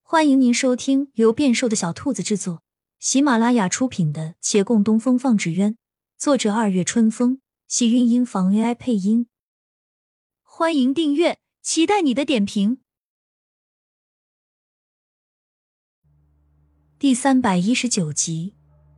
欢迎您收听由变瘦的小兔子制作，喜马拉雅出品的《且共东风放纸鸢》，作者二月春风，喜韵音房 AI 配音。欢迎订阅，期待你的点评。第319集，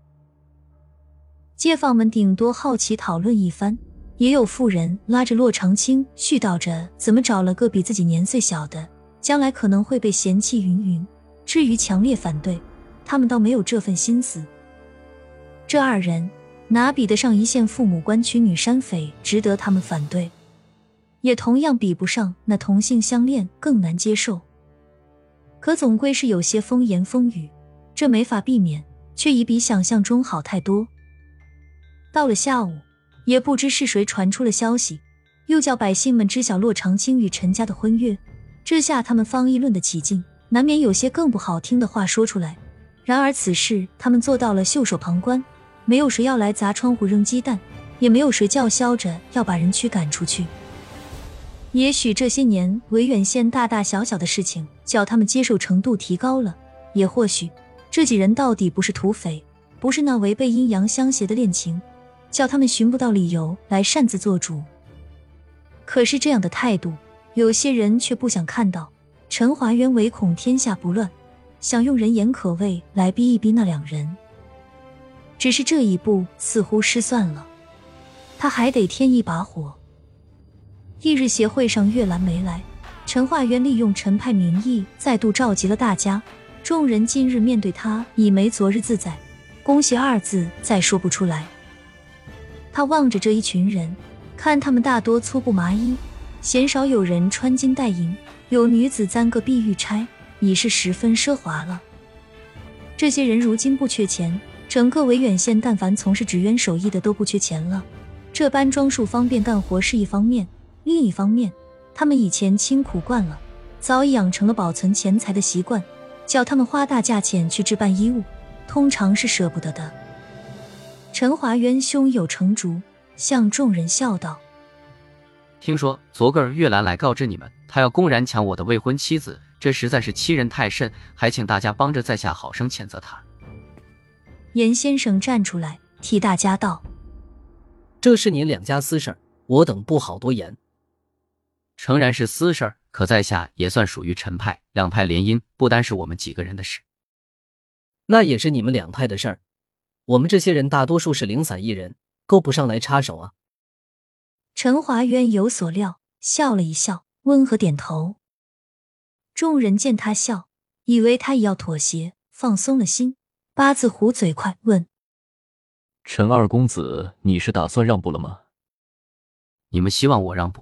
街坊们顶多好奇讨论一番，也有妇人拉着骆长青絮叨着怎么找了个比自己年岁小的，将来可能会被嫌弃云云。至于强烈反对，他们倒没有这份心思。这二人哪比得上一线父母官娶女山匪，值得他们反对，也同样比不上那同性相恋更难接受。可总归是有些风言风语，这没法避免，却已比想象中好太多。到了下午，也不知是谁传出了消息，又叫百姓们知晓骆长青与陈家的婚约，这下他们方议论得起劲，难免有些更不好听的话说出来。然而此事他们做到了袖手旁观，没有谁要来砸窗户扔鸡蛋，也没有谁叫嚣着要把人驱赶出去。也许这些年维远县大大小小的事情叫他们接受程度提高了，也或许这几人到底不是土匪，不是那违背阴阳相协的恋情，叫他们寻不到理由来擅自做主。可是这样的态度，有些人却不想看到。陈华渊唯恐天下不乱，想用人言可畏来逼一逼那两人。只是这一步似乎失算了，他还得添一把火。翌日协会上岳兰没来，陈华渊利用陈派名义再度召集了大家，众人今日面对他已没昨日自在，恭喜二字再说不出来。他望着这一群人，看他们大多粗布麻衣，鲜少有人穿金戴银，有女子簪个碧玉钗，已是十分奢华了。这些人如今不缺钱，整个维远县但凡从事纸鸢手艺的都不缺钱了。这般装束方便干活是一方面，另一方面，他们以前清苦惯了，早已养成了保存钱财的习惯，叫他们花大价钱去置办衣物，通常是舍不得的。陈华渊胸有成竹，向众人笑道： 听说昨个月兰来告知你们，他要公然抢我的未婚妻子，这实在是欺人太甚，还请大家帮着在下好生谴责他。 严先生站出来替大家道： 这是您两家私事，我等不好多言。 诚然是私事，可在下也算属于陈派，两派联姻不单是我们几个人的事。 那也是你们两派的事儿，我们这些人大多数是零散一人，够不上来插手啊。 陈华渊有所料，笑了一笑，温和点头。众人见他笑，以为他也要妥协，放松了心。八字胡嘴快问： 陈二公子，你是打算让步了吗？ 你们希望我让步？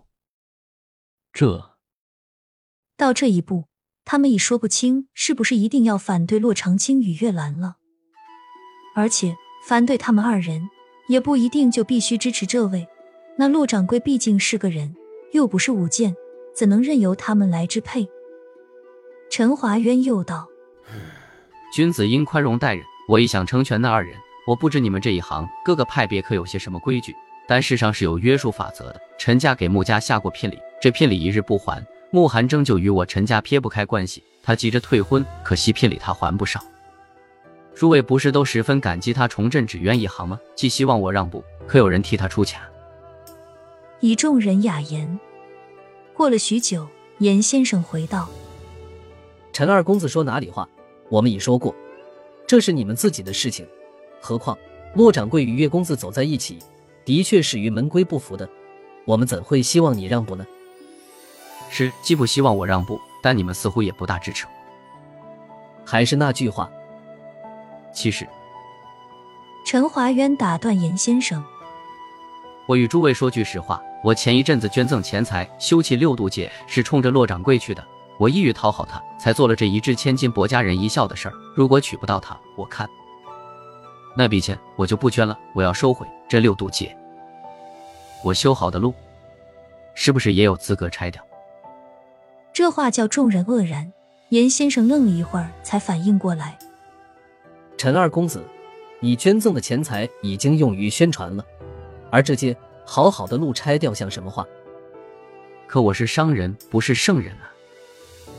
到这一步，他们已说不清是不是一定要反对骆长青与岳兰了。而且反对他们二人，也不一定就必须支持这位。那骆掌柜毕竟是个人，又不是舞剑，怎能任由他们来支配？陈华渊又道： 君子应宽容待人，我亦想成全那二人。我不知你们这一行各个派别可有些什么规矩，但世上是有约束法则的。陈家给穆家下过聘礼，这聘礼一日不还，穆寒征就与我陈家撇不开关系。他急着退婚，可惜聘礼他还不上。诸位不是都十分感激他重振纸鸢一行吗？既希望我让步，可有人替他出钱？ 一众人哑言。过了许久，严先生回道： 陈二公子说哪里话，我们已说过，这是你们自己的事情。何况骆掌柜与岳公子走在一起，的确是与门规不符的，我们怎会希望你让步呢？ 是，既不希望我让步，但你们似乎也不大支持我。 还是那句话， 其实陈华渊打断严先生： 我与诸位说句实话，我前一阵子捐赠钱财修葺6渡界，是冲着骆掌柜去的。我意欲讨好他，才做了这一掷千金博家人一笑的事儿。如果娶不到他，我看那笔钱我就不捐了，我要收回这6渡界。我修好的路，是不是也有资格拆掉？ 这话叫众人愕然。严先生愣了一会儿，才反应过来： 陈二公子，你捐赠的钱财已经用于宣传了，而这些好好的路拆掉像什么话？ 可我是商人，不是圣人啊。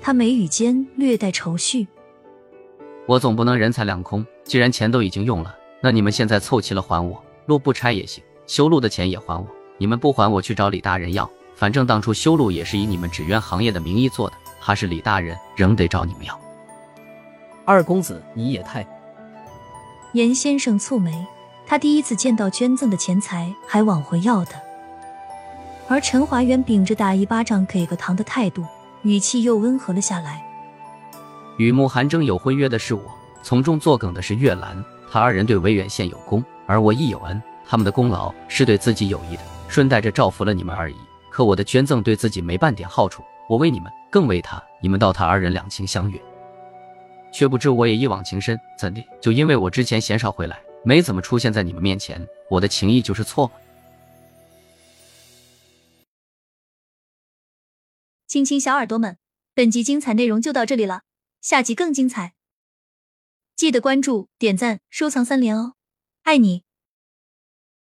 他眉宇间略带愁绪。 我总不能人财两空，既然钱都已经用了，那你们现在凑齐了还我，路不拆也行，修路的钱也还我。你们不还，我去找李大人要，反正当初修路也是以你们纸鸢行业的名义做的，还是李大人仍得找你们要。 二公子你也太…… 严先生蹙眉，他第一次见到捐赠的钱财还往回要的。而陈华元秉着打一巴掌给个糖的态度，语气又温和了下来。 与穆寒征有婚约的是我，从中作梗的是月兰，他二人对维远县有功，而我亦有恩，他们的功劳是对自己有益的，顺带着照拂了你们而已。可我的捐赠对自己没半点好处，我为你们，更为他，你们道他二人两情相悦，却不知我也一往情深，怎地就因为我之前嫌少回来，没怎么出现在你们面前，我的情谊就是错吗？ 亲亲小耳朵们，本集精彩内容就到这里了，下集更精彩，记得关注、点赞、收藏3连哦，爱你。